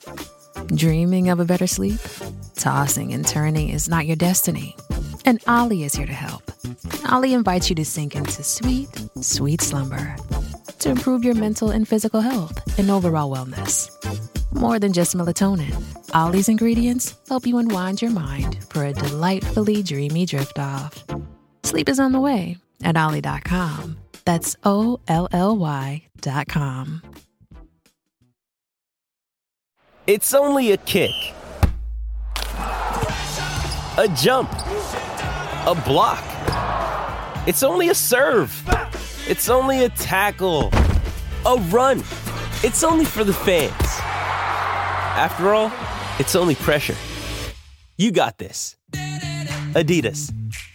Dreaming of a better sleep? Tossing and turning is not your destiny. And Ollie is here to help. Ollie invites you to sink into sweet, sweet slumber to improve your mental and physical health and overall wellness. More than just melatonin, Ollie's ingredients help you unwind your mind for a delightfully dreamy drift off. Sleep is on the way at Ollie.com. That's OLLY.com. It's only a kick, a jump, a block. It's only a serve. It's only a tackle, a run. It's only for the fans. After all, it's only pressure. You got this. Adidas.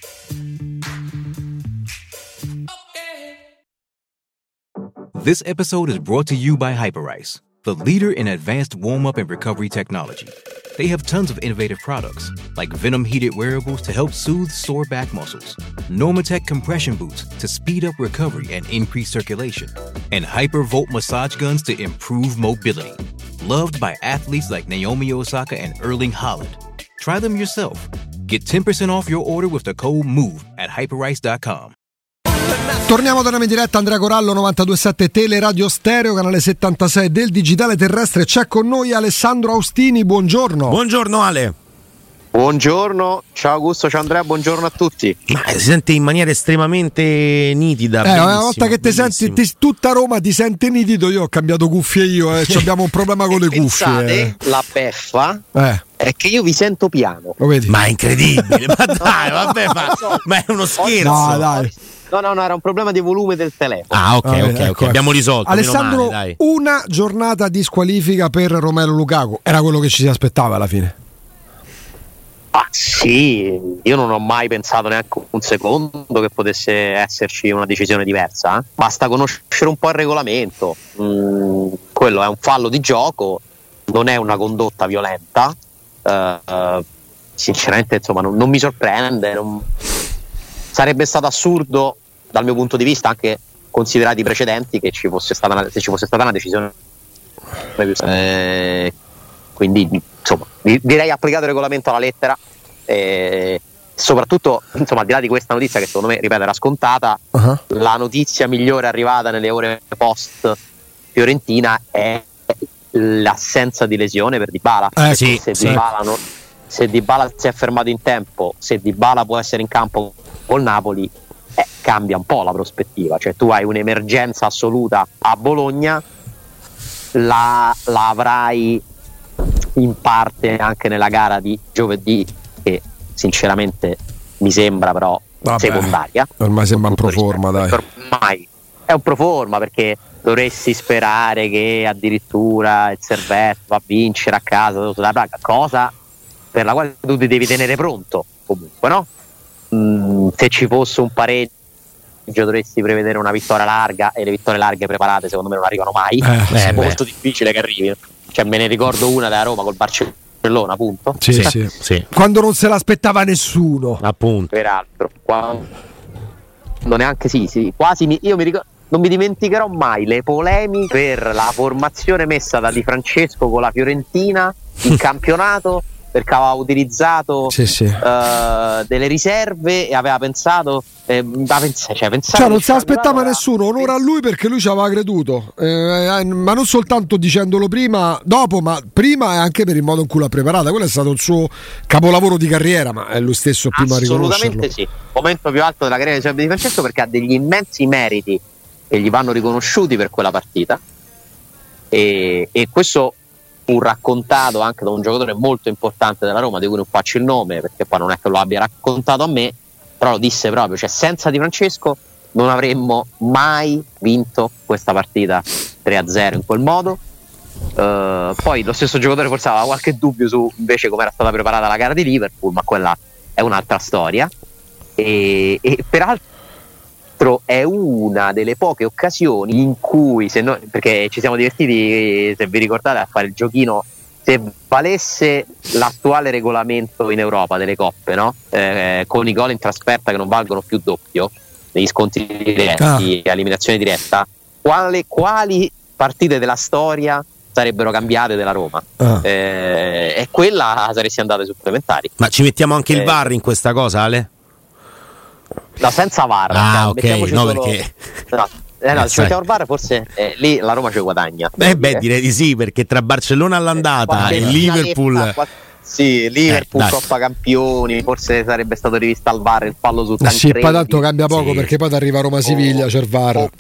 This episode is brought to you by Hyperice, the leader in advanced warm-up and recovery technology. They have tons of innovative products, like Venom heated wearables to help soothe sore back muscles, Normatec compression boots to speed up recovery and increase circulation, and Hypervolt massage guns to improve mobility. Loved by athletes like Naomi Osaka and Erling Haaland. Try them yourself. Get 10% off your order with the code MOVE at Hyperice.com. Torniamo da una diretta, Andrea Corallo, 92.7 Teleradio Stereo, canale 76 del digitale terrestre. C'è con noi Alessandro Austini, buongiorno. Buongiorno Ale. Buongiorno, ciao Augusto, ciao Andrea, buongiorno a tutti. Ma si sente in maniera estremamente nitida. Una volta che ti senti, tutta Roma ti sente nitido, io ho cambiato cuffie io, abbiamo un problema con le cuffie. La beffa è che io vi sento piano. Lo vedi? Ma è incredibile, ma dai, vabbè, ma è uno scherzo. No, dai. No, era un problema di volume del telefono. Ah, ok, abbiamo risolto. Alessandro, male, dai. Una giornata di squalifica per Romelu Lukaku, era quello che ci si aspettava alla fine. Ah sì, io non ho mai pensato neanche un secondo che potesse esserci una decisione diversa. Basta conoscere un po' il regolamento. Quello è un fallo di gioco, non è una condotta violenta. Sinceramente, insomma, non mi sorprende. Sarebbe stato assurdo dal mio punto di vista, anche considerati i precedenti, che se ci fosse stata una decisione. Quindi insomma direi applicato il regolamento alla lettera, soprattutto insomma al di là di questa notizia che secondo me, ripeto, era scontata. La notizia migliore arrivata nelle ore post Fiorentina è l'assenza di lesione per Dybala. Se Dybala si è fermato in tempo, se Dybala può essere in campo col Napoli, cambia un po' la prospettiva. Cioè tu hai un'emergenza assoluta a Bologna, la avrai in parte anche nella gara di giovedì, che sinceramente mi sembra però secondaria. Ormai sembra un proforma, dai. Ormai è un proforma, perché dovresti sperare che addirittura il Servette va a vincere a casa sulla Praga, cosa per la quale tu ti devi tenere pronto comunque, no? Se ci fosse un pareggio dovresti prevedere una vittoria larga, e le vittorie larghe preparate secondo me non arrivano mai. È molto difficile che arrivino. Cioè me ne ricordo una da Roma col Barcellona, appunto. Sì. Quando non se l'aspettava nessuno, appunto. Peraltro quando neanche quasi io mi ricordo, non mi dimenticherò mai le polemiche per la formazione messa da Di Francesco con la Fiorentina in campionato, perché aveva utilizzato delle riserve e aveva pensato non se l'aspettava nessuno. Onore a lui, perché lui ci aveva creduto, ma non soltanto dicendolo dopo, ma prima, e anche per il modo in cui l'ha preparata. Quello è stato il suo capolavoro di carriera, ma è lui stesso prima a riconoscerlo. Assolutamente sì, momento più alto della carriera di Francesco, perché ha degli immensi meriti che gli vanno riconosciuti per quella partita, e questo fu raccontato anche da un giocatore molto importante della Roma, di cui non faccio il nome perché poi non è che lo abbia raccontato a me, però lo disse proprio, cioè senza Di Francesco non avremmo mai vinto questa partita 3-0 in quel modo. Poi lo stesso giocatore forse aveva qualche dubbio su invece come era stata preparata la gara di Liverpool, ma quella è un'altra storia, e peraltro è una delle poche occasioni in cui, perché ci siamo divertiti, se vi ricordate, a fare il giochino se valesse l'attuale regolamento in Europa delle coppe, no? Con i gol in trasferta che non valgono più doppio negli scontri diretti, eliminazione diretta, quali partite della storia sarebbero cambiate della Roma, e quella saresti andato ai supplementari. Ma ci mettiamo anche il VAR in questa cosa, Ale? No, senza VAR. Ah, ok, no, solo... perché ci mettiamo il VAR, forse lì la Roma ci guadagna. Direi di sì, perché tra Barcellona all'andata e Liverpool Liverpool Coppa Campioni, forse sarebbe stato rivisto al VAR il fallo su Tancredi. Sì, poi tanto cambia poco, perché poi arriva Roma-Siviglia, c'è il VAR.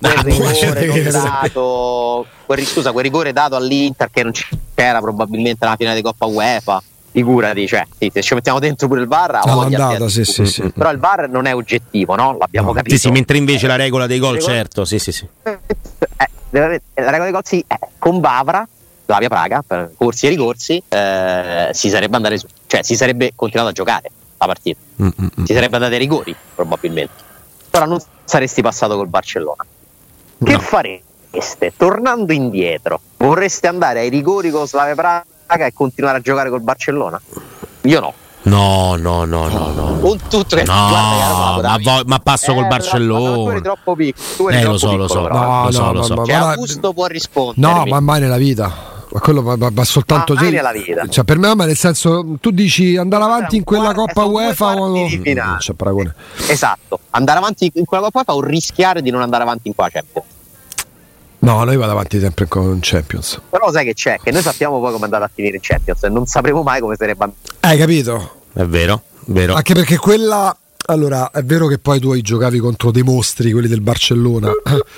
Quel rigore dato all'Inter che non c'era probabilmente nella finale di Coppa UEFA. Figurati, cioè, se ci mettiamo dentro pure il VAR, sì. Però il VAR non è oggettivo, no? L'abbiamo capito. Sì, mentre invece la regola dei gol, certo, sì. La regola dei gol, sì, con Vavra, Slavia Praga, per corsi e ricorsi, si sarebbe andati si sarebbe continuato a giocare la partita. Si sarebbe andati ai rigori, probabilmente. Però non saresti passato col Barcellona. Che fareste? Tornando indietro, vorreste andare ai rigori con Slavia Praga e continuare a giocare col Barcellona? Io no. No. Con tutto che ma passo col Barcellona. Tu eri troppo piccolo. Lo so. Cioè, Augusto può rispondere. No, ma mai nella vita. Ma quello va soltanto nella vita. Cioè, per me, ma nel senso, tu dici andare avanti in quella Coppa UEFA o non c'è paragone. Esatto, andare avanti in quella Coppa UEFA o rischiare di non andare avanti in qua Champions. No, noi vado avanti sempre con Champions. Però sai che c'è? Che noi sappiamo poi come è andata a finire in Champions e non sapremo mai come sarebbe andato. Hai capito? È vero. Anche perché quella... Allora, è vero che poi tu giocavi contro dei mostri, quelli del Barcellona,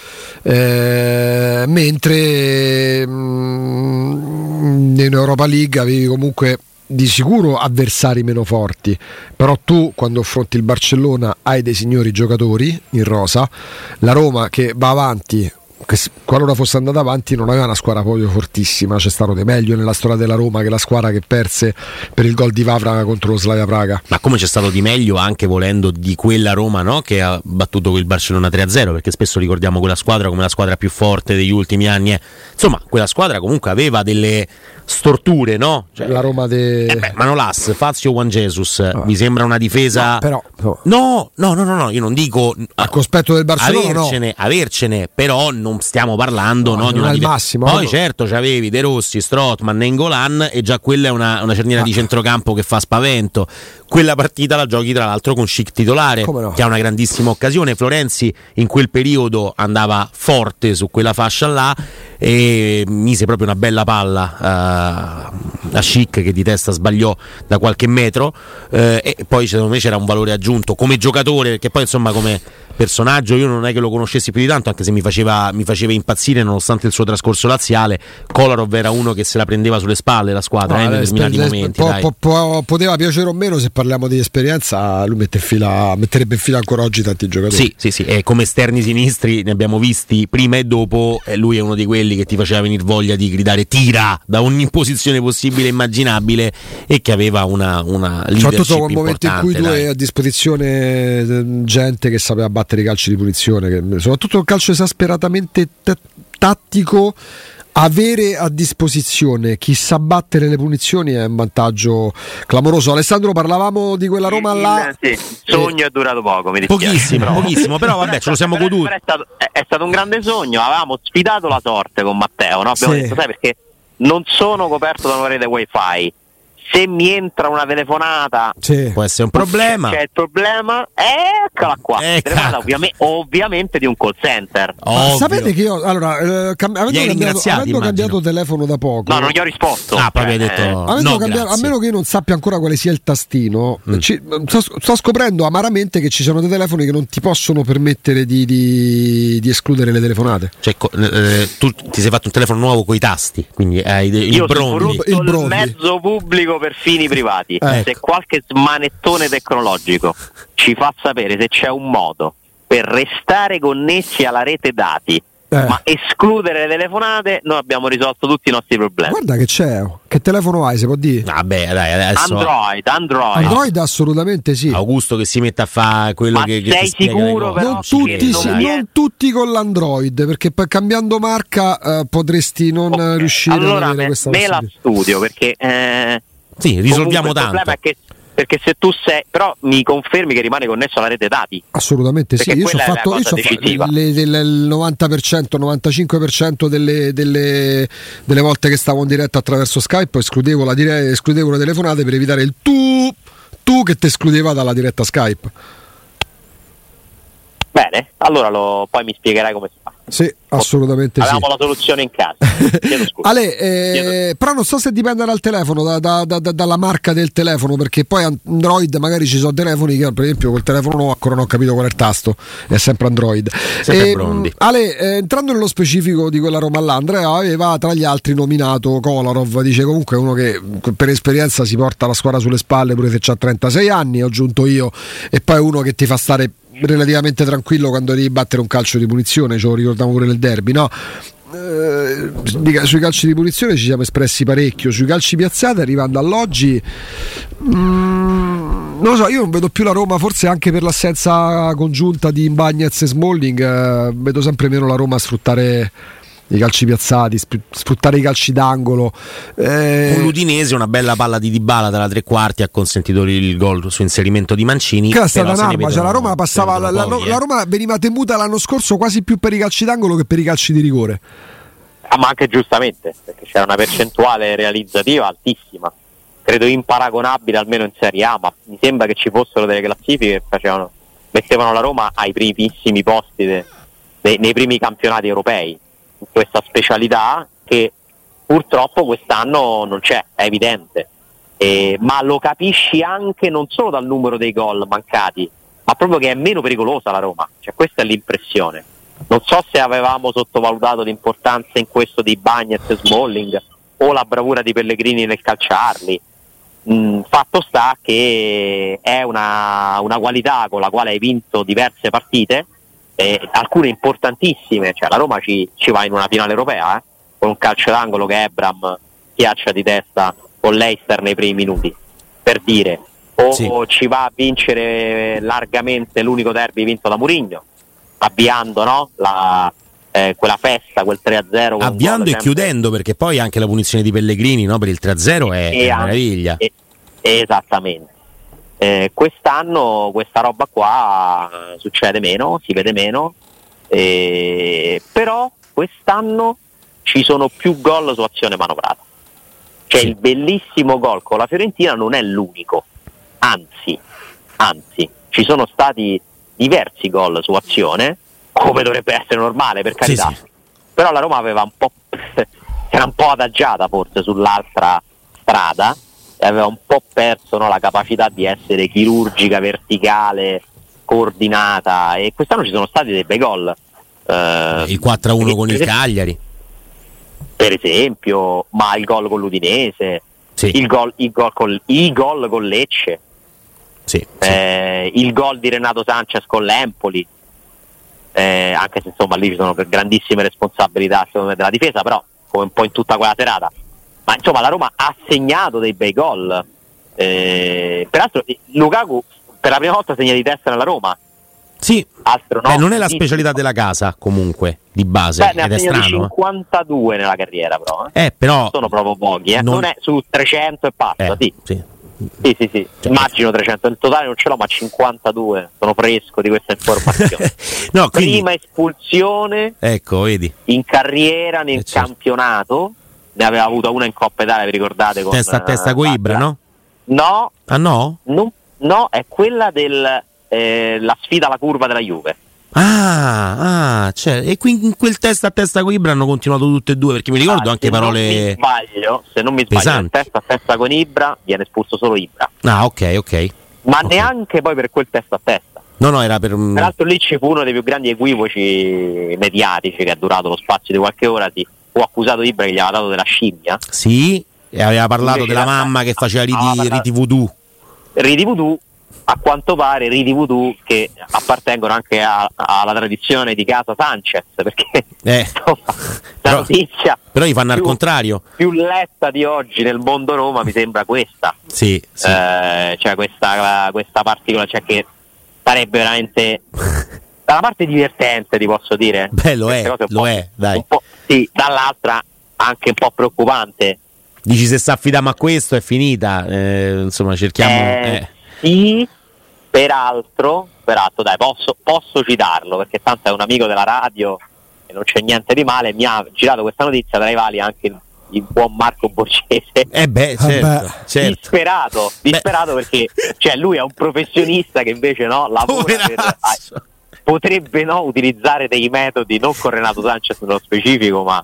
mentre in Europa League avevi comunque di sicuro avversari meno forti, però tu quando affronti il Barcellona hai dei signori giocatori in rosa, la Roma che va avanti, che qualora fosse andata avanti non aveva una squadra proprio fortissima, c'è stato di meglio nella storia della Roma che la squadra che perse per il gol di Vavra contro lo Slavia Praga. Ma come c'è stato di meglio anche volendo di quella Roma, no? Che ha battuto il Barcellona 3-0, perché spesso ricordiamo quella squadra come la squadra più forte degli ultimi anni. Insomma, quella squadra comunque aveva delle storture, no? Cioè, la Roma Manolas, Fazio, Juan Jesus, mi sembra una difesa. No, io non dico a cospetto del Barcellona avercene, però non stiamo parlando di una difesa. Massimo. Poi certo c'avevi De Rossi, Strootman, Nainggolan e già quella è una cerniera di centrocampo che fa spavento. Quella partita la giochi tra l'altro con Schick titolare, che ha una grandissima occasione. Florenzi in quel periodo andava forte su quella fascia là e mise proprio una bella palla a Schick che di testa sbagliò da qualche metro, e poi secondo me c'era un valore aggiunto come giocatore, perché poi insomma come personaggio io non è che lo conoscessi più di tanto, anche se mi faceva impazzire nonostante il suo trascorso laziale. Kolarov era uno che se la prendeva sulle spalle la squadra in determinati momenti. Poteva piacere o meno, se parliamo di esperienza lui metterebbe in fila ancora oggi tanti giocatori. Sì, e come esterni sinistri ne abbiamo visti prima e dopo, lui è uno di quelli che ti faceva venire voglia di gridare tira da ogni posizione possibile e immaginabile, e che aveva una leadership soprattutto quel momento in cui tu hai a disposizione gente che sapeva battere i calci di punizione, soprattutto il calcio esasperatamente tattico. Avere a disposizione chi sa battere le punizioni è un vantaggio clamoroso. Alessandro, parlavamo di quella Roma là. Sì, il sogno è durato poco, mi dispiace. Pochissimo, però vabbè, ce lo siamo goduti. È stato un grande sogno, avevamo sfidato la sorte con Matteo, no? Abbiamo detto, sai, perché non sono coperto da una rete wifi. Se mi entra una telefonata può essere un problema. C'è il problema, eccola qua. Telefonata ovviamente di un call center. Sapete che io avendo cambiato telefono da poco. No, non gli ho risposto. Proprio hai detto a meno che io non sappia ancora quale sia il tastino. Sto scoprendo amaramente che ci sono dei telefoni che non ti possono permettere di escludere le telefonate. Cioè, tu ti sei fatto un telefono nuovo coi tasti, quindi hai il mezzo pubblico per fini privati. Se qualche smanettone tecnologico ci fa sapere se c'è un modo per restare connessi alla rete dati ma escludere le telefonate, noi abbiamo risolto tutti i nostri problemi. Guarda che c'è. Che telefono hai, se può dire? Vabbè, dai, adesso Android assolutamente sì. Augusto che si metta a fare quello ma che sei sicuro però non tutti con l'Android, perché poi cambiando marca potresti non riuscire allora ad avere questa me la studio, perché risolviamo tanto. Il problema è che perché se tu sei, però mi confermi che rimane connesso alla rete dati? Assolutamente sì, io ci ho fatto il 90%, 95% delle volte che stavo in diretta attraverso Skype escludevo le telefonate per evitare il tu che ti escludeva dalla diretta Skype. Bene, allora poi mi spiegherai come si fa. Sì, assolutamente. Avevamo la soluzione in casa. Ale, però non so se dipende dal telefono, dalla marca del telefono, perché poi Android magari ci sono telefoni che, per esempio, col telefono nuovo ancora non ho capito qual è il tasto, è sempre Android. Ale, entrando nello specifico di quella Roma là, Andrea aveva tra gli altri nominato Kolarov, dice comunque uno che per esperienza si porta la squadra sulle spalle pure se c'ha 36 anni, ho aggiunto io, e poi uno che ti fa stare relativamente tranquillo quando devi battere un calcio di punizione, ce lo ricordiamo pure nel derby, no? Sui calci di punizione ci siamo espressi parecchio, sui calci piazzati arrivando all'oggi non lo so, io non vedo più la Roma, forse anche per l'assenza congiunta di Bagnez e Smalling, vedo sempre meno la Roma sfruttare i calci piazzati, sfruttare i calci d'angolo. Con l'Udinese una bella palla di Dybala dalla tre quarti ha consentito il gol su inserimento di Mancini. Che è stata un'arma, cioè la Roma passava la Roma veniva temuta l'anno scorso quasi più per i calci d'angolo che per i calci di rigore. Ma anche giustamente, perché c'era una percentuale realizzativa altissima, credo imparagonabile almeno in Serie A, ma mi sembra che ci fossero delle classifiche che mettevano la Roma ai primissimi posti nei primi campionati europei, in questa specialità che purtroppo quest'anno non c'è, è evidente, ma lo capisci anche non solo dal numero dei gol mancati, ma proprio che è meno pericolosa la Roma, cioè questa è l'impressione. Non so se avevamo sottovalutato l'importanza in questo di Bagnez e Smalling o la bravura di Pellegrini nel calciarli. Fatto sta che è una qualità con la quale hai vinto diverse partite, alcune importantissime, cioè la Roma ci va in una finale europea con un calcio d'angolo che Ebram schiaccia di testa con Leicester nei primi minuti, per dire, o ci va a vincere largamente l'unico derby vinto da Mourinho, avviando, no? Quella festa, quel 3-0 avviando e chiudendo, perché poi anche la punizione di Pellegrini, no? Per il 3-0 è una meraviglia. Esattamente. Quest'anno questa roba qua succede meno, si vede meno, però quest'anno ci sono più gol su azione manovrata. Cioè il bellissimo gol con la Fiorentina non è l'unico, anzi ci sono stati diversi gol su azione, come dovrebbe essere normale, per carità. Sì. Però la Roma aveva era un po' adagiata forse sull'altra strada, aveva un po' perso, no, la capacità di essere chirurgica, verticale, coordinata, e quest'anno ci sono stati dei bei gol. Il 4-1 con il Cagliari, per esempio, ma il gol con l'Udinese, il gol con Lecce, il gol di Renato Sanchez con l'Empoli, anche se insomma lì ci sono grandissime responsabilità secondo me della difesa, però come un po' in tutta quella serata. Ma insomma la Roma ha segnato dei bei gol, peraltro Lukaku per la prima volta segna di testa nella Roma. Sì, altro no, non è la specialità della casa comunque di base. Ne ed ha è strano, 52 nella carriera, però sono proprio pochi, non è su 300 e passa, sì. Sì. Immagino 300 in totale non ce l'ho, ma 52, sono fresco di questa informazione. No, quindi, prima espulsione, ecco, vedi, in carriera nel campionato, ne aveva avuto una in Coppa Italia, vi ricordate, con testa a testa con Ibra, no? No. Ah no? No, è quella la sfida alla curva della Juve. Cioè, e quindi in quel testa a testa con Ibra hanno continuato tutte e due, perché mi ricordo anche parole. Se non mi sbaglio, testa a testa con Ibra viene espulso solo Ibra. Ok. Ma neanche poi per quel testa a testa. No, era per. Peraltro lì ci fu uno dei più grandi equivoci mediatici che è durato lo spazio di qualche ora. Fu accusato Ibra che gli aveva dato della scimmia. Sì, e aveva parlato della mamma che faceva riti voodoo. Riti voodoo. A quanto pare riti voodoo che appartengono anche alla tradizione di casa Sanchez, perché la notizia però gli fanno al contrario, più letta di oggi nel mondo Roma mi sembra questa. Sì. Cioè questa particolare, cioè che sarebbe veramente da una parte divertente, ti posso dire. Lo è, dai. Dall'altra anche un po' preoccupante, Dici se si affidiamo a questo è finita, insomma cerchiamo... Sì, peraltro dai, posso citarlo perché tanto è un amico della radio e non c'è niente di male, mi ha girato questa notizia tra i vali anche il buon Marco Borgese. Certo. Disperato perché cioè, lui è un professionista che invece lavora potrebbe utilizzare dei metodi non con Renato Sanchez nello specifico ma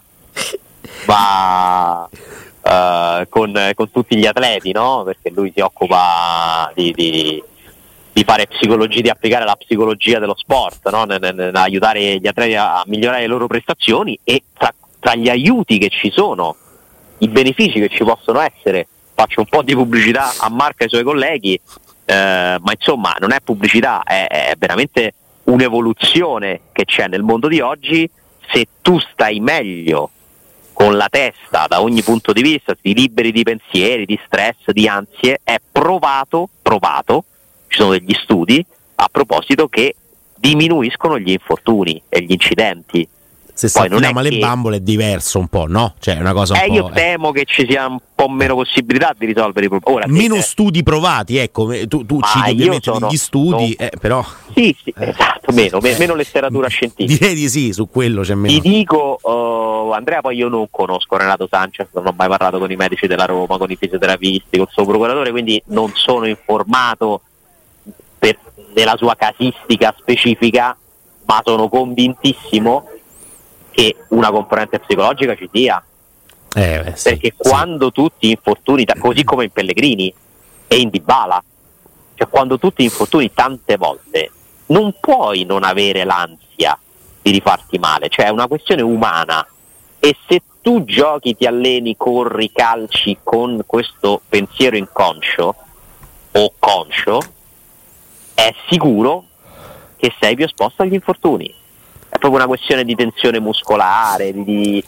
con tutti gli atleti, no? Perché lui si occupa di fare psicologia, di applicare la psicologia dello sport, no? Aiutare gli atleti a migliorare le loro prestazioni e tra gli aiuti che ci sono, i benefici che ci possono essere, faccio un po' di pubblicità a Marco e ai suoi colleghi, ma insomma non è pubblicità, è veramente un'evoluzione che c'è nel mondo di oggi. Se tu stai meglio con la testa da ogni punto di vista, ti liberi di pensieri, di stress, di ansie, è provato, ci sono degli studi a proposito che diminuiscono gli infortuni e gli incidenti. Se si affidiamo alle bambole è diverso un po', no? Cioè è una cosa un po'. Io temo che ci sia un po' meno possibilità di risolvere i problemi. Meno studi provati, ecco, tu citi ovviamente degli studi, però... Sì, esatto, meno letteratura scientifica. Direi di sì, su quello c'è meno. Ti dico, Andrea, poi io non conosco Renato Sanchez, non ho mai parlato con i medici della Roma, con i fisioterapisti, col suo procuratore, quindi non sono informato della sua casistica specifica, ma sono convintissimo che una componente psicologica ci sia, perché quando tutti infortuni, così come in Pellegrini e in Dybala, cioè quando tutti infortuni tante volte non puoi non avere l'ansia di rifarti male, cioè è una questione umana, e se tu giochi, ti alleni, corri, calci con questo pensiero inconscio o conscio, è sicuro che sei più esposto agli infortuni. È proprio una questione di tensione muscolare, di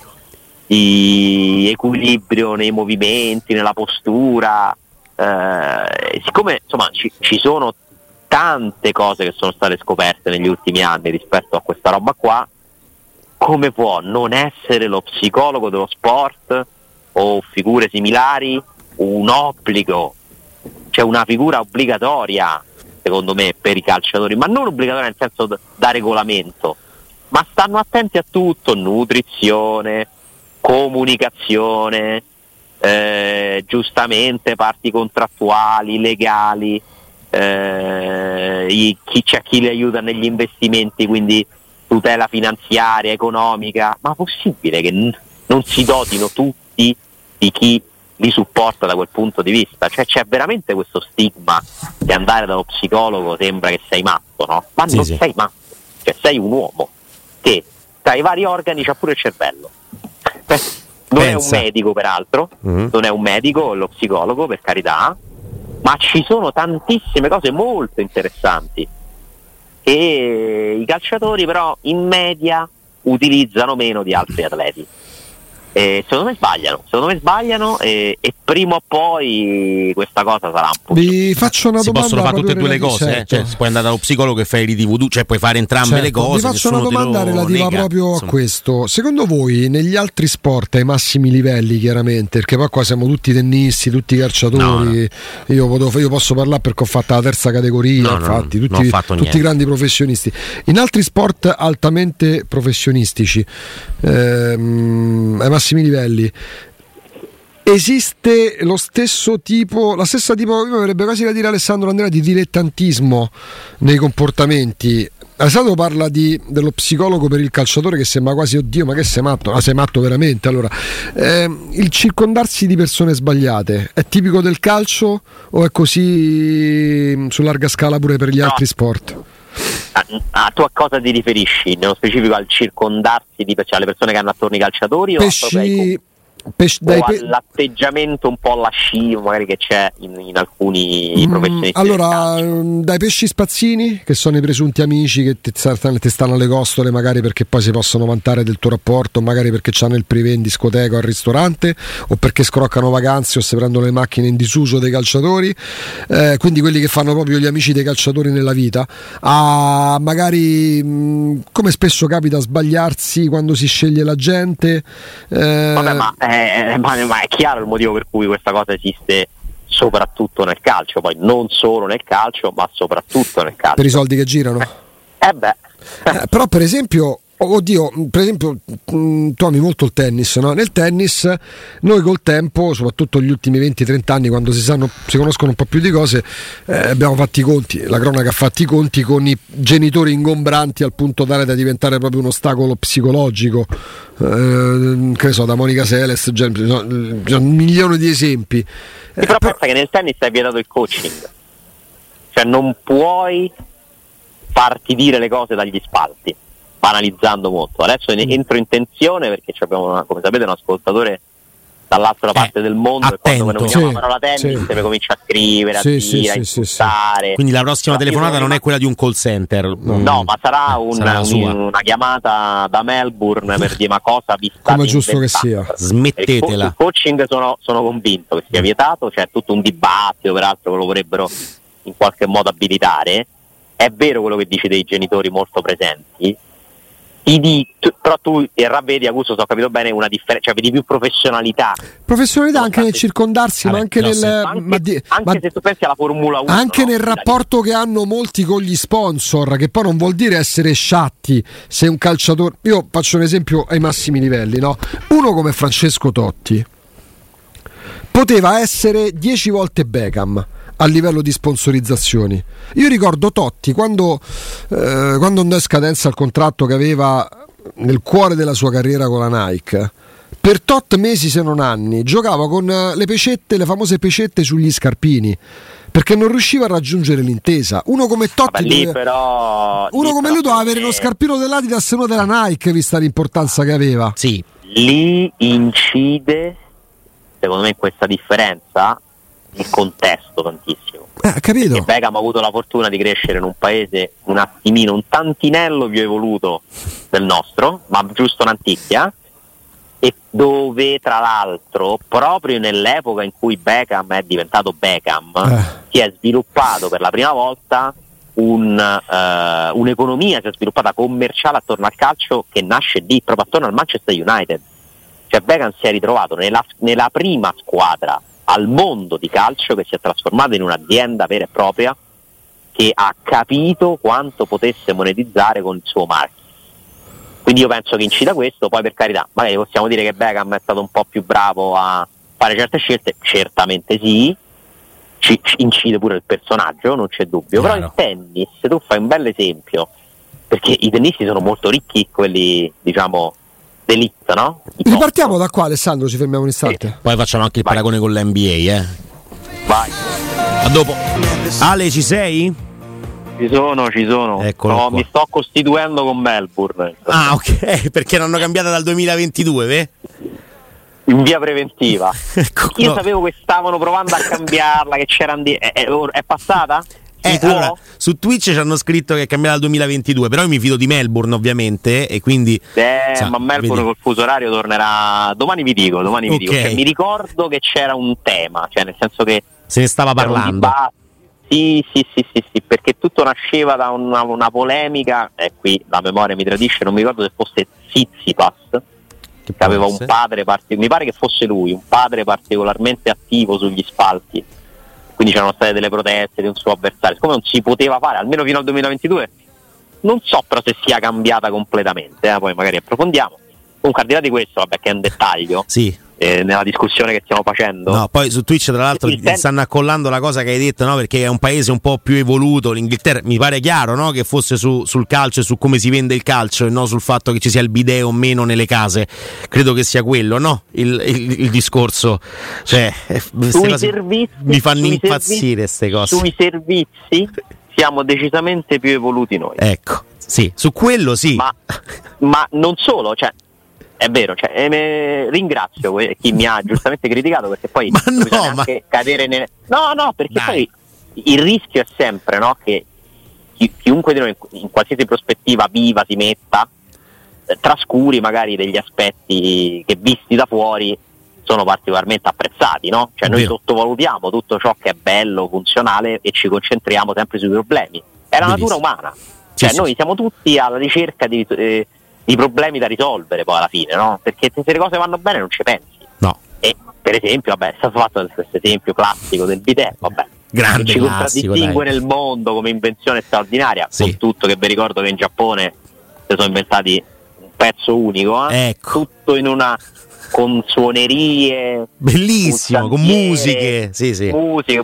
equilibrio nei movimenti, nella postura. Siccome insomma ci sono tante cose che sono state scoperte negli ultimi anni rispetto a questa roba qua, come può non essere lo psicologo dello sport o figure similari un obbligo, cioè una figura obbligatoria secondo me per i calciatori, ma non obbligatoria nel senso da regolamento, ma stanno attenti a tutto: nutrizione, comunicazione, giustamente parti contrattuali, legali, c'è chi li aiuta negli investimenti, quindi tutela finanziaria, economica. Ma possibile che non si dotino tutti di chi li supporta da quel punto di vista? Cioè c'è veramente questo stigma che andare dallo psicologo sembra che sei matto, no? Ma non sei matto, cioè sei un uomo che tra i vari organi c'ha pure il cervello. Non è un medico, peraltro, non è un medico lo psicologo, per carità, ma ci sono tantissime cose molto interessanti che i calciatori però in media utilizzano meno di altri atleti. Secondo me sbagliano e prima o poi questa cosa sarà un po'. Vi faccio una domanda. Si possono fare tutte e due le cose, certo. Cioè, puoi andare dallo psicologo e fai l'ITV, cioè puoi fare entrambe le cose. Vi faccio una domanda relativa proprio a questo. Secondo voi negli altri sport ai massimi livelli, chiaramente, perché poi qua siamo tutti tennisti, tutti calciatori, no. Io posso parlare perché ho fatto la terza categoria, infatti tutti grandi professionisti. In altri sport altamente professionistici, ai massimi livelli, esiste la stessa tipo, mi verrebbe quasi da dire Alessandro Andrea, di dilettantismo nei comportamenti. Alessandro parla dello psicologo per il calciatore che sembra quasi, oddio, ma che sei matto? Sei matto veramente? Allora, il circondarsi di persone sbagliate è tipico del calcio o è così su larga scala pure per gli altri sport? Tu a cosa ti riferisci? Nello specifico al circondarsi cioè alle persone che hanno attorno i calciatori o all'atteggiamento un po' lascivo magari che c'è in alcuni professionisti? Allora, dai pesci spazzini, che sono i presunti amici che ti stanno alle costole magari perché poi si possono vantare del tuo rapporto, magari perché c'hanno il privé in discoteca o al ristorante, o perché scroccano vacanze o si prendono le macchine in disuso dei calciatori, quindi quelli che fanno proprio gli amici dei calciatori nella vita, a magari come spesso capita sbagliarsi quando si sceglie la gente. Vabbè, ma ma è chiaro il motivo per cui questa cosa esiste soprattutto nel calcio, poi non solo nel calcio ma soprattutto nel calcio, per i soldi che girano. Però per esempio tu ami molto il tennis, no? Nel tennis noi col tempo, soprattutto negli ultimi 20-30 anni, quando si conoscono un po' più di cose, abbiamo fatto i conti, la cronaca ha fatto i conti con i genitori ingombranti al punto tale da diventare proprio un ostacolo psicologico, che ne so, da Monica Seles, c'è un milione di esempi. Però pensa che nel tennis è vietato il coaching, cioè non puoi farti dire le cose dagli spalti, banalizzando molto. Adesso entro in tensione perché abbiamo come sapete un ascoltatore dall'altra parte del mondo, attento. E quando veniamo la parola tennis mi comincia a scrivere, a dire, a insultare. Quindi la prossima telefonata non è quella di un call center, no, ma sarà una chiamata da Melbourne per dire ma cosa vi state come giusto che sia, smettetela. Il coaching sono convinto che sia vietato, c'è tutto un dibattito, peraltro lo vorrebbero in qualche modo abilitare. È vero quello che dici dei genitori molto presenti, però tu e ravvedi, Augusto, se ho capito bene, una differenza, cioè vedi più professionalità anche nel circondarsi, ma anche anche se tu pensi alla Formula 1, anche nel rapporto che hanno molti con gli sponsor, che poi non vuol dire essere sciatti. Se un calciatore, io faccio un esempio ai massimi livelli, no? Uno come Francesco Totti poteva essere 10 volte Beckham a livello di sponsorizzazioni. Io ricordo Totti quando andò in scadenza il contratto che aveva nel cuore della sua carriera con la Nike, per tot mesi se non anni giocava con le pecette, le famose pecette sugli scarpini, perché non riusciva a raggiungere l'intesa. Uno come Totti come lui doveva avere lo scarpino dell'Adidas e uno della Nike, vista l'importanza che aveva. Sì, lì incide secondo me in questa differenza il contesto tantissimo. Capito? Perché Beckham ha avuto la fortuna di crescere in un paese un attimino, un tantinello più evoluto del nostro, ma giusto un'anticchia, e dove tra l'altro proprio nell'epoca in cui Beckham è diventato Beckham si è sviluppato per la prima volta un'economia, si è sviluppata commerciale attorno al calcio, che nasce lì, proprio attorno al Manchester United. Cioè Beckham si è ritrovato nella prima squadra al mondo di calcio che si è trasformata in un'azienda vera e propria, che ha capito quanto potesse monetizzare con il suo marchio. Quindi io penso che incida questo. Poi per carità, magari possiamo dire che Beckham è stato un po' più bravo a fare certe scelte, certamente sì, incide pure il personaggio, non c'è dubbio. Però il tennis, tu fai un bel esempio, perché i tennisti sono molto ricchi, quelli diciamo d'elite, no? Ripartiamo da qua, Alessandro, ci fermiamo un istante. Poi facciamo anche il paragone con l'NBA, Vai. A dopo. Ale, ci sei? Ci sono. Eccolo mi sto costituendo con Melbourne. Ah, ok, perché l'hanno cambiata dal 2022, in via preventiva. Io sapevo che stavano provando a cambiarla, che c'erano è passata? Allora, su Twitch ci hanno scritto che è cambiata dal 2022, però io mi fido di Melbourne ovviamente, e quindi ma Melbourne col fuso orario tornerà domani, vi dico. Cioè, mi ricordo che c'era un tema, cioè nel senso che se ne stava parlando. Sì, perché tutto nasceva da una polemica, e qui la memoria mi tradisce, non mi ricordo se fosse Tsitsipas, che aveva un padre mi pare che fosse lui, un padre particolarmente attivo sugli spalti. Quindi c'erano state delle proteste di un suo avversario. Siccome non si poteva fare, almeno fino al 2022, non so però se sia cambiata completamente, poi magari approfondiamo. Comunque al di là di questo, vabbè, che è un dettaglio, nella discussione che stiamo facendo. No, poi su Twitch tra l'altro stanno accollando la cosa che hai detto, no? Perché è un paese un po' più evoluto, l'Inghilterra, mi pare chiaro, no? Che fosse sul calcio e su come si vende il calcio, e no sul fatto che ci sia il bidet o meno nelle case. Credo che sia quello, no? Il discorso, cioè sui servizi, mi fanno impazzire queste cose. Sui servizi siamo decisamente più evoluti noi. Ecco, sì, su quello sì. Ma non solo, cioè è vero, cioè, ringrazio chi mi ha giustamente criticato, perché poi bisogna anche cadere no, perché poi il rischio è sempre, no, che chiunque di noi in qualsiasi prospettiva viva si metta, trascuri magari degli aspetti che visti da fuori sono particolarmente apprezzati, no? Cioè noi sottovalutiamo tutto ciò che è bello, funzionale, e ci concentriamo sempre sui problemi. È la natura umana, cioè noi siamo tutti alla ricerca di problemi da risolvere poi alla fine, no? Perché se le cose vanno bene non ci pensi. No. per esempio, vabbè, è stato fatto questo esempio classico del bidet, vabbè, grande che ci classico, contraddistingue dai, nel mondo come invenzione straordinaria, sì, con tutto che vi ricordo che in Giappone si sono inventati un pezzo unico, ecco, tutto in una, con suonerie bellissimo, con musiche, sì, sì, musiche,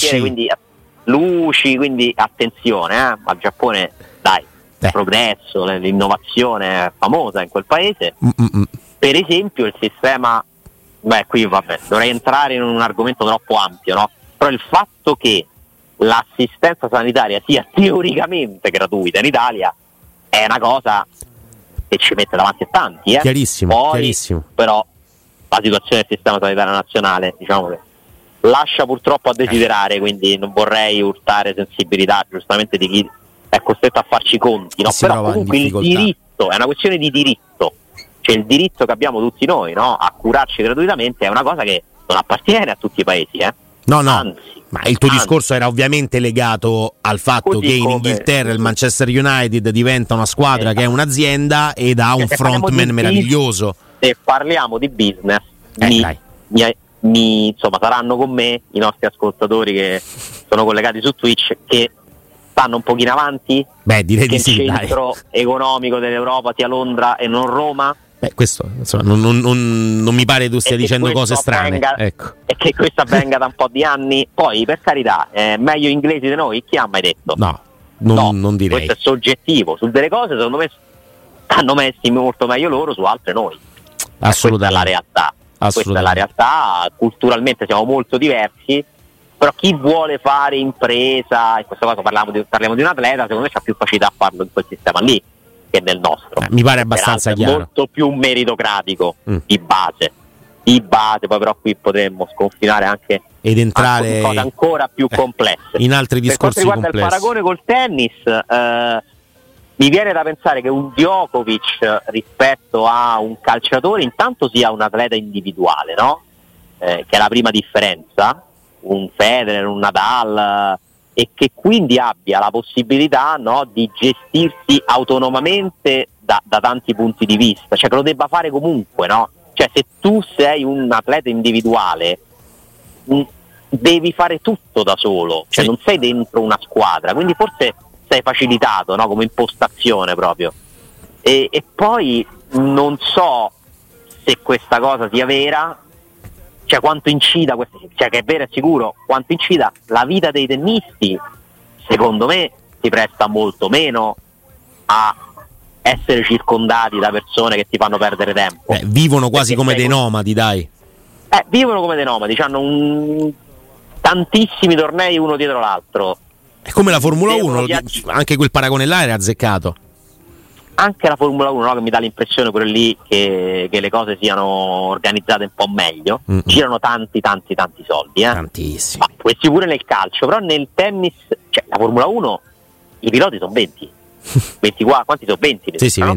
luci, quindi attenzione, al Giappone, dai, il progresso, l'innovazione è famosa in quel paese. Per esempio il sistema, qui vabbè, dovrei entrare in un argomento troppo ampio, no? Però il fatto che l'assistenza sanitaria sia teoricamente gratuita in Italia è una cosa che ci mette davanti a tanti, chiarissimo, poi, chiarissimo. Però la situazione del sistema sanitario nazionale, diciamo che lascia purtroppo a desiderare, quindi non vorrei urtare sensibilità giustamente di chi è costretto a farci i conti, no? Però comunque il diritto è una questione di diritto, cioè il diritto che abbiamo tutti noi, no? A curarci gratuitamente è una cosa che non appartiene a tutti i paesi, No, anzi, ma il tuo discorso era ovviamente legato al fatto che in Inghilterra il Manchester United diventa una squadra che è un'azienda ed ha un frontman meraviglioso. Se parliamo di business, insomma, saranno con me i nostri ascoltatori che sono collegati su Twitch, che stanno un pochino avanti. Direi di sì, il centro economico dell'Europa sia Londra e non Roma. Questo insomma, non mi pare tu stia dicendo cose strane, ecco. E che questo avvenga da un po' di anni. Poi, per carità, meglio inglesi di noi, chi ha mai detto? No, non direi. Questo è soggettivo. Su delle cose secondo me stanno messi molto meglio loro, su altre noi. Assolutamente. Questa è la realtà. Questa è la realtà. Culturalmente siamo molto diversi, però chi vuole fare impresa, in questo caso parliamo di un atleta, secondo me c'ha più facilità a farlo in quel sistema lì che nel nostro. Mi pare abbastanza chiaro. Molto più meritocratico di base, poi però qui potremmo sconfinare anche ed entrare in cose ancora più complesse. In altri discorsi per quanto riguarda complessi. Il paragone col tennis, mi viene da pensare che un Djokovic rispetto a un calciatore intanto sia un atleta individuale, no? Che è la prima differenza, un Federer, un Nadal, e che quindi abbia la possibilità, no, di gestirsi autonomamente da tanti punti di vista, cioè che lo debba fare comunque, no? Cioè se tu sei un atleta individuale devi fare tutto da solo, cioè non sei dentro una squadra, quindi forse sei facilitato, no, come impostazione proprio. E poi non so se questa cosa sia vera, cioè quanto incida, cioè che è vero è sicuro, quanto incida la vita dei tennisti, secondo me si presta molto meno a essere circondati da persone che ti fanno perdere tempo. Vivono quasi come dei nomadi, dai. Vivono come dei nomadi, hanno tantissimi tornei uno dietro l'altro. È come la Formula 1, anche quel paragone là era azzeccato. Anche la Formula 1, no, che mi dà l'impressione pure lì che le cose siano organizzate un po' meglio. Girano tanti soldi, tantissimi. Ma questi pure nel calcio, però nel tennis, cioè la Formula 1 i piloti sono 20 24, quanti sono? 20? Sì, no?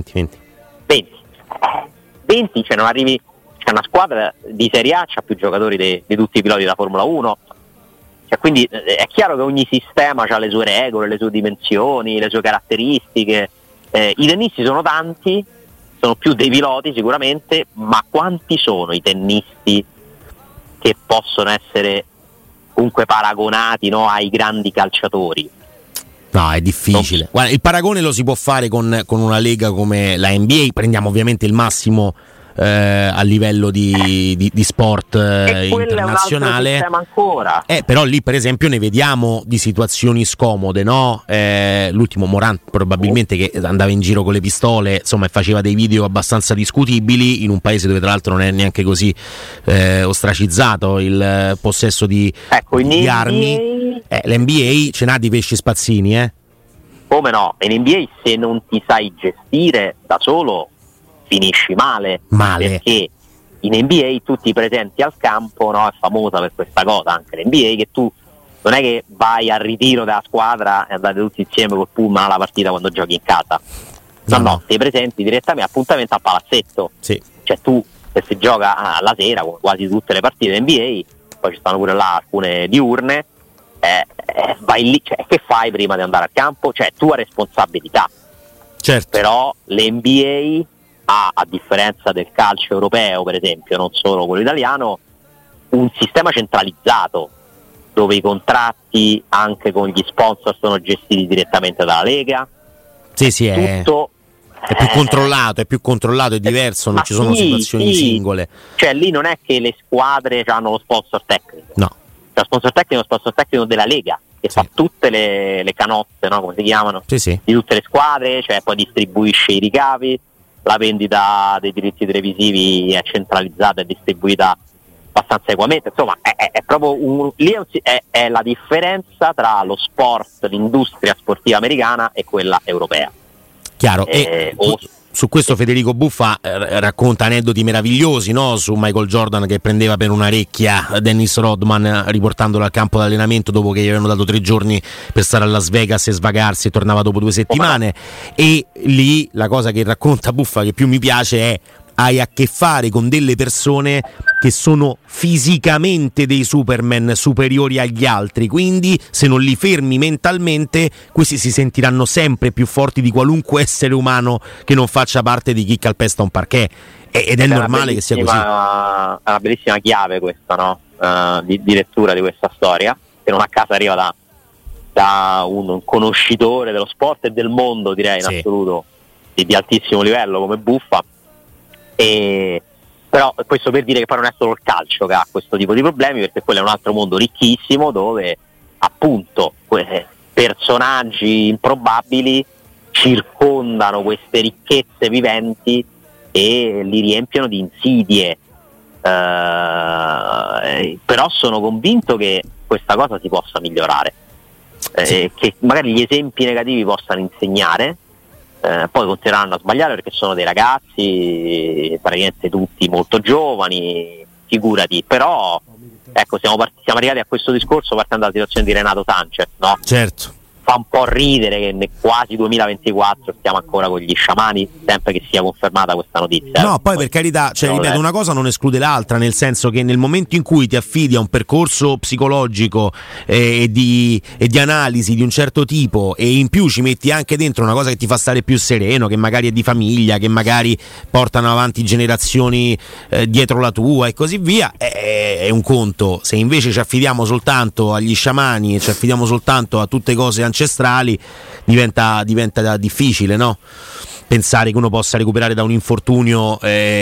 20, cioè non arrivi, c'è una squadra di Serie A, c'ha più giocatori di tutti i piloti della Formula 1, cioè, quindi è chiaro che ogni sistema ha le sue regole, le sue dimensioni, le sue caratteristiche. I tennisti sono tanti, sono più dei piloti sicuramente, ma quanti sono i tennisti che possono essere comunque paragonati, no, ai grandi calciatori? No, è difficile. Guarda, il paragone lo si può fare con una lega come la NBA, prendiamo ovviamente il massimo a livello di sport internazionale. È un altro sistema ancora. Però lì per esempio ne vediamo di situazioni scomode, no? L'ultimo Morant probabilmente che andava in giro con le pistole, insomma, e faceva dei video abbastanza discutibili in un paese dove tra l'altro non è neanche così ostracizzato il possesso di armi. L'NBA ce n'ha di pesci spazzini, Come no? In NBA se non ti sai gestire da solo finisci male, perché in NBA tu ti presenti al campo, no? È famosa per questa cosa anche l'NBA, che tu non è che vai al ritiro della squadra e andate tutti insieme col pullman alla partita quando giochi in casa, no, ti presenti direttamente appuntamento al palazzetto, cioè tu, se si gioca alla sera come quasi tutte le partite NBA, poi ci stanno pure là alcune diurne, vai lì, cioè, che fai prima di andare al campo? Cioè tua responsabilità. Certo. Però l'NBA a differenza del calcio europeo, per esempio, non solo quello italiano, un sistema centralizzato dove i contratti anche con gli sponsor sono gestiti direttamente dalla Lega. Sì, tutto è più controllato, è diverso, non ci sono situazioni singole. Cioè lì non è che le squadre hanno lo sponsor tecnico. No. Lo sponsor tecnico della Lega, che fa tutte le canozze, no? Come si chiamano? Sì. Di tutte le squadre, cioè poi distribuisce i ricavi, la vendita dei diritti televisivi è centralizzata e distribuita abbastanza equamente. Insomma, è proprio è la differenza tra lo sport, l'industria sportiva americana e quella europea. Chiaro. Su questo Federico Buffa racconta aneddoti meravigliosi, no? Su Michael Jordan che prendeva per un'orecchia Dennis Rodman riportandolo al campo d'allenamento dopo che gli avevano dato 3 giorni per stare a Las Vegas e svagarsi, e tornava dopo 2 settimane. E lì la cosa che racconta Buffa che più mi piace è: hai a che fare con delle persone che sono fisicamente dei Superman superiori agli altri, quindi se non li fermi mentalmente questi si sentiranno sempre più forti di qualunque essere umano che non faccia parte di chi calpesta un parquet, ed è normale che sia così. È una bellissima chiave questa, no? Di lettura di questa storia, che non a caso arriva da un conoscitore dello sport e del mondo, direi, in assoluto di altissimo livello come Buffa. Però questo per dire che poi non è solo il calcio che ha questo tipo di problemi, perché quello è un altro mondo ricchissimo dove appunto personaggi improbabili circondano queste ricchezze viventi e li riempiono di insidie, però sono convinto che questa cosa si possa migliorare, che magari gli esempi negativi possano insegnare. Poi continueranno a sbagliare perché sono dei ragazzi, praticamente tutti molto giovani, figurati, però ecco, siamo arrivati a questo discorso partendo dalla situazione di Renato Sanchez, no? Certo. Fa un po' ridere che nel quasi 2024 stiamo ancora con gli sciamani, sempre che sia confermata questa notizia. No, poi per carità, cioè, ripeto, una cosa non esclude l'altra, nel senso che nel momento in cui ti affidi a un percorso psicologico e di analisi di un certo tipo, e in più ci metti anche dentro una cosa che ti fa stare più sereno, che magari è di famiglia, che magari portano avanti generazioni dietro la tua e così via, è un conto. Se invece ci affidiamo soltanto agli sciamani e ci affidiamo soltanto a tutte cose ancestrali, diventa difficile, no? Pensare che uno possa recuperare da un infortunio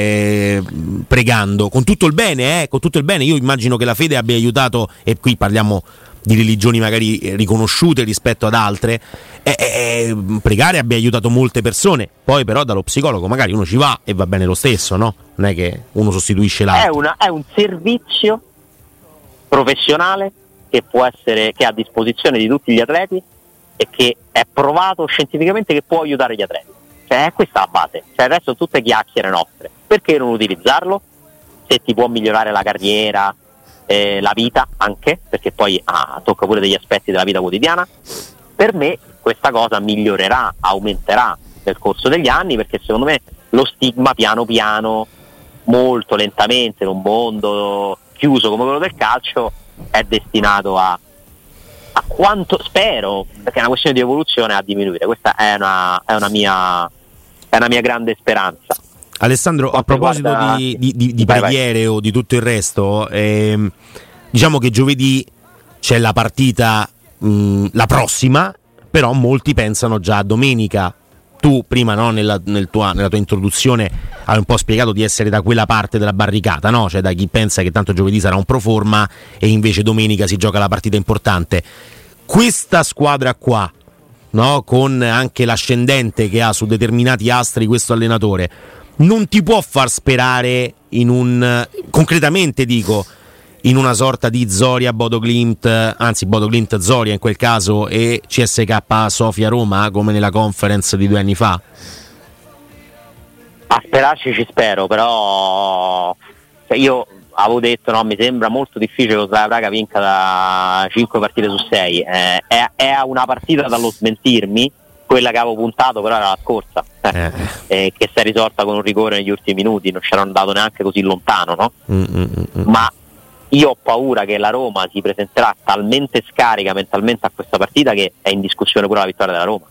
pregando, con tutto il bene, io immagino che la fede abbia aiutato, e qui parliamo di religioni magari riconosciute rispetto ad altre, pregare abbia aiutato molte persone. Poi però dallo psicologo magari uno ci va e va bene lo stesso, no? Non è che uno sostituisce l'altro. È un servizio professionale che può essere, che è a disposizione di tutti gli atleti e che è provato scientificamente che può aiutare gli atleti. Cioè è questa la base, cioè il resto sono tutte chiacchiere nostre. Perché non utilizzarlo? Se ti può migliorare la carriera, la vita anche, perché poi tocca pure degli aspetti della vita quotidiana. Per me questa cosa migliorerà, aumenterà nel corso degli anni, perché secondo me lo stigma piano piano, molto lentamente, in un mondo chiuso come quello del calcio, è destinato a quanto spero, perché è una questione di evoluzione, a diminuire. Questa è una mia grande speranza. Alessandro, a proposito di preghiere o di tutto il resto, diciamo che giovedì c'è la partita, la prossima, però molti pensano già a domenica. Tu prima, no, nella tua introduzione hai un po' spiegato di essere da quella parte della barricata, no? Cioè da chi pensa che tanto giovedì sarà un pro forma e invece domenica si gioca la partita importante. Questa squadra qua, no, con anche l'ascendente che ha su determinati astri questo allenatore, non ti può far sperare concretamente dico, in una sorta di Zoria Bodo-Glimt, anzi Bodo-Glimt Zoria in quel caso, e CSKA Sofia Roma come nella conference di 2 anni fa? A sperarci ci spero, però io avevo detto, no, mi sembra molto difficile che lo Slavia Praga vinca da 5 partite su 6. È a una partita dallo smentirmi, quella che avevo puntato però era la scorsa, che si è risolta con un rigore negli ultimi minuti, non c'era andato neanche così lontano, no? Ma io ho paura che la Roma si presenterà talmente scarica mentalmente a questa partita che è in discussione pure la vittoria della Roma.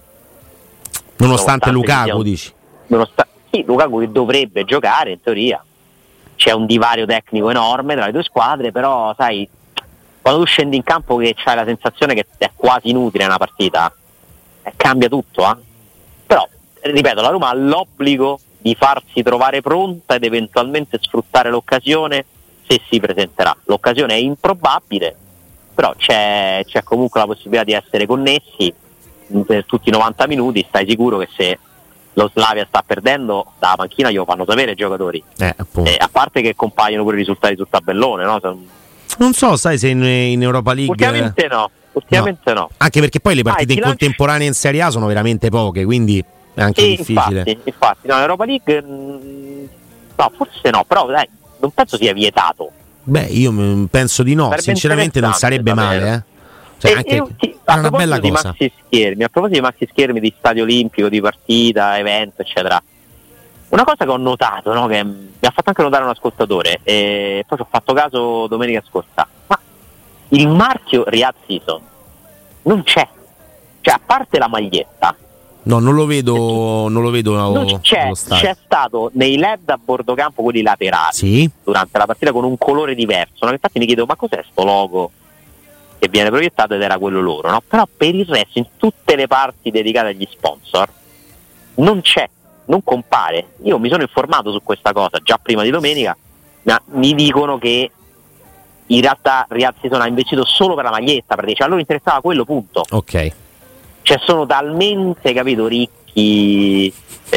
Nonostante Lukaku, dici? Sì, Lukaku che dovrebbe giocare in teoria, c'è un divario tecnico enorme tra le due squadre, però sai, quando tu scendi in campo che c'hai la sensazione che è quasi inutile una partita, cambia tutto, Però, ripeto, la Roma ha l'obbligo di farsi trovare pronta ed eventualmente sfruttare l'occasione se si presenterà. L'occasione è improbabile, però c'è comunque la possibilità di essere connessi per tutti i 90 minuti. Stai sicuro che se lo Slavia sta perdendo, dalla panchina glielo fanno sapere i giocatori, a parte che compaiono pure i risultati sul tabellone, no? Non so, sai se in Europa League ultimamente no. Anche perché poi le partite in contemporanea in Serie A sono veramente poche, quindi è anche difficile. Infatti, no, in Europa League no, forse no, però dai, non penso sia vietato. Beh, io penso di no, sinceramente non sarebbe male, Cioè, anche, è una bella cosa. A proposito di maxi schermi, di stadio olimpico, di partita, evento, eccetera, una cosa che ho notato, no, che mi ha fatto anche notare un ascoltatore, e poi ci ho fatto caso domenica scorsa, ma il marchio Riyadh Season non c'è, cioè a parte la maglietta. No, non lo vedo non c'è stato nei LED a bordo campo, quelli laterali, durante la partita con un colore diverso, no? Infatti mi chiedo, ma cos'è sto logo che viene proiettato, ed era quello loro, no? Però per il resto in tutte le parti dedicate agli sponsor non c'è, non compare. Io mi sono informato su questa cosa già prima di domenica, ma mi dicono che in realtà Riyadh Season ha investito solo per la maglietta, perché a loro interessava quello, punto. Ok. Cioè sono talmente, capito, ricchi,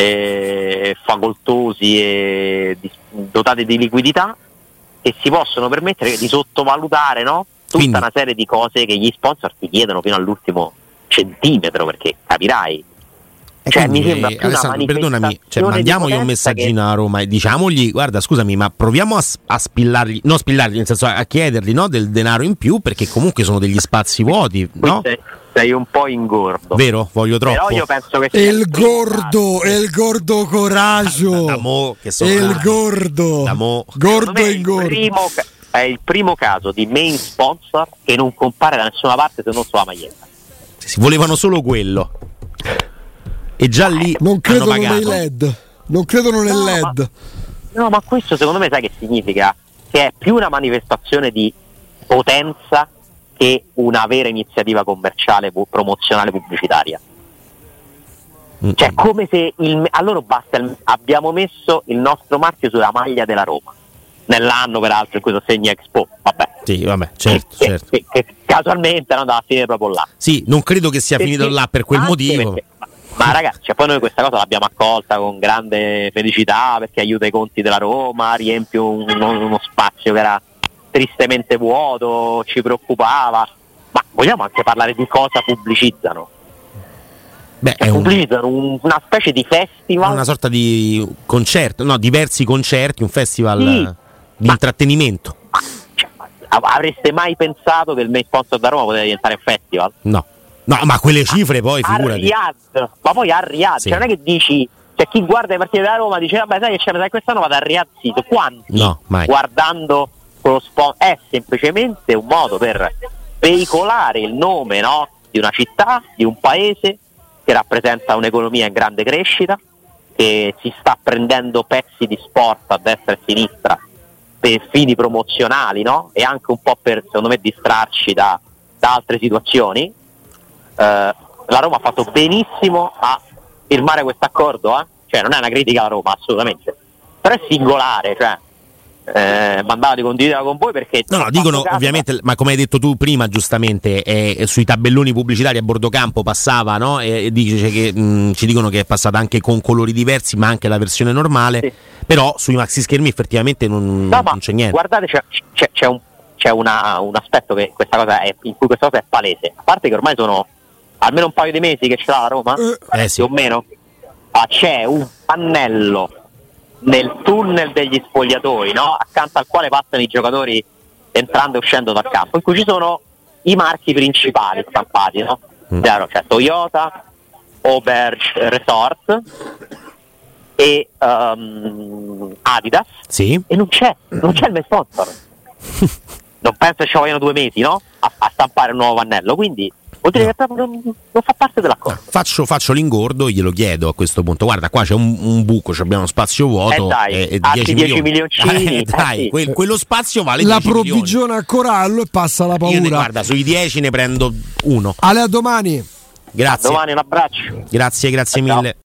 facoltosi e dotati di liquidità, che si possono permettere di sottovalutare, no? Tutta una serie di cose che gli sponsor ti chiedono fino all'ultimo centimetro, perché capirai. Cioè, mi sembra più Alessandro, perdonami, mandiamogli un messaggino a Roma e diciamogli: guarda, scusami, ma proviamo a spillargli, non spillargli, nel senso a chiedergli, no, del denaro in più, perché comunque sono degli spazi vuoti, no? Sei un po' ingordo, vero? Voglio troppo. Però io penso che il gordo coraggio, il gordo ingordo. È il primo caso di main sponsor che non compare da nessuna parte se non sulla maglietta. Si volevano solo quello. E già lì non credono nei LED, non credono nel LED. Ma questo secondo me sai che significa? Che è più una manifestazione di potenza che una vera iniziativa commerciale, promozionale, pubblicitaria. Cioè come se a loro basta abbiamo messo il nostro marchio sulla maglia della Roma, nell'anno peraltro in cui segna Expo, certo. Che casualmente andava a finire proprio là. Sì, non credo che sia finito là per quel motivo. Ma ragazzi, poi noi questa cosa l'abbiamo accolta con grande felicità, perché aiuta i conti della Roma, riempie uno spazio che era tristemente vuoto, ci preoccupava. Ma vogliamo anche parlare di cosa pubblicizzano? Pubblicizzano una specie di festival, una sorta di concerto, no, diversi concerti, un festival di intrattenimento. Avreste mai pensato che il main sponsor da Roma poteva diventare un festival? No, ma quelle cifre poi figurati. Ma poi a Riyadh, cioè non è che dici, cioè chi guarda le partite della Roma dice vabbè sai che c'è, quest'anno vado a Riyadh Season. Quanti? No, mai. Guardando quello sponsor è semplicemente un modo per veicolare il nome, no, di una città, di un paese che rappresenta un'economia in grande crescita, che si sta prendendo pezzi di sport a destra e a sinistra per fini promozionali, no? E anche un po' per, secondo me, distrarci da altre situazioni. La Roma ha fatto benissimo a firmare questo accordo, cioè non è una critica alla Roma assolutamente, però è singolare, cioè mandava di condividere con voi perché dicono ovviamente, ma come hai detto tu prima giustamente, sui tabelloni pubblicitari a bordo campo passava, no? E dice che ci dicono che è passata anche con colori diversi, ma anche la versione normale, però sui maxi schermi effettivamente non c'è niente. Guardate, c'è un aspetto che questa cosa in cui questa cosa è palese, a parte che ormai sono almeno un paio di mesi che ce l'ha la Roma, sì. Più o meno. C'è un pannello nel tunnel degli spogliatoi, no? Accanto al quale passano i giocatori entrando e uscendo dal campo, in cui ci sono i marchi principali stampati, no? C'è Toyota, Auberge Resort e Adidas, sì. E non c'è il main sponsor. Non penso che ci vogliano 2 mesi, no? A stampare un nuovo pannello, quindi vuol dire che proprio non fa parte dell'accordo. Faccio l'ingordo, glielo chiedo a questo punto. Guarda, qua c'è un buco, abbiamo uno spazio vuoto. Dai, 10 milioncini. Dai, quello spazio vale la 10 milioni. provvigione a Corallo e passa la paura. Guarda, sui 10 ne prendo uno. Ale, a domani. Grazie. A domani, un abbraccio. Grazie Ciao. mille.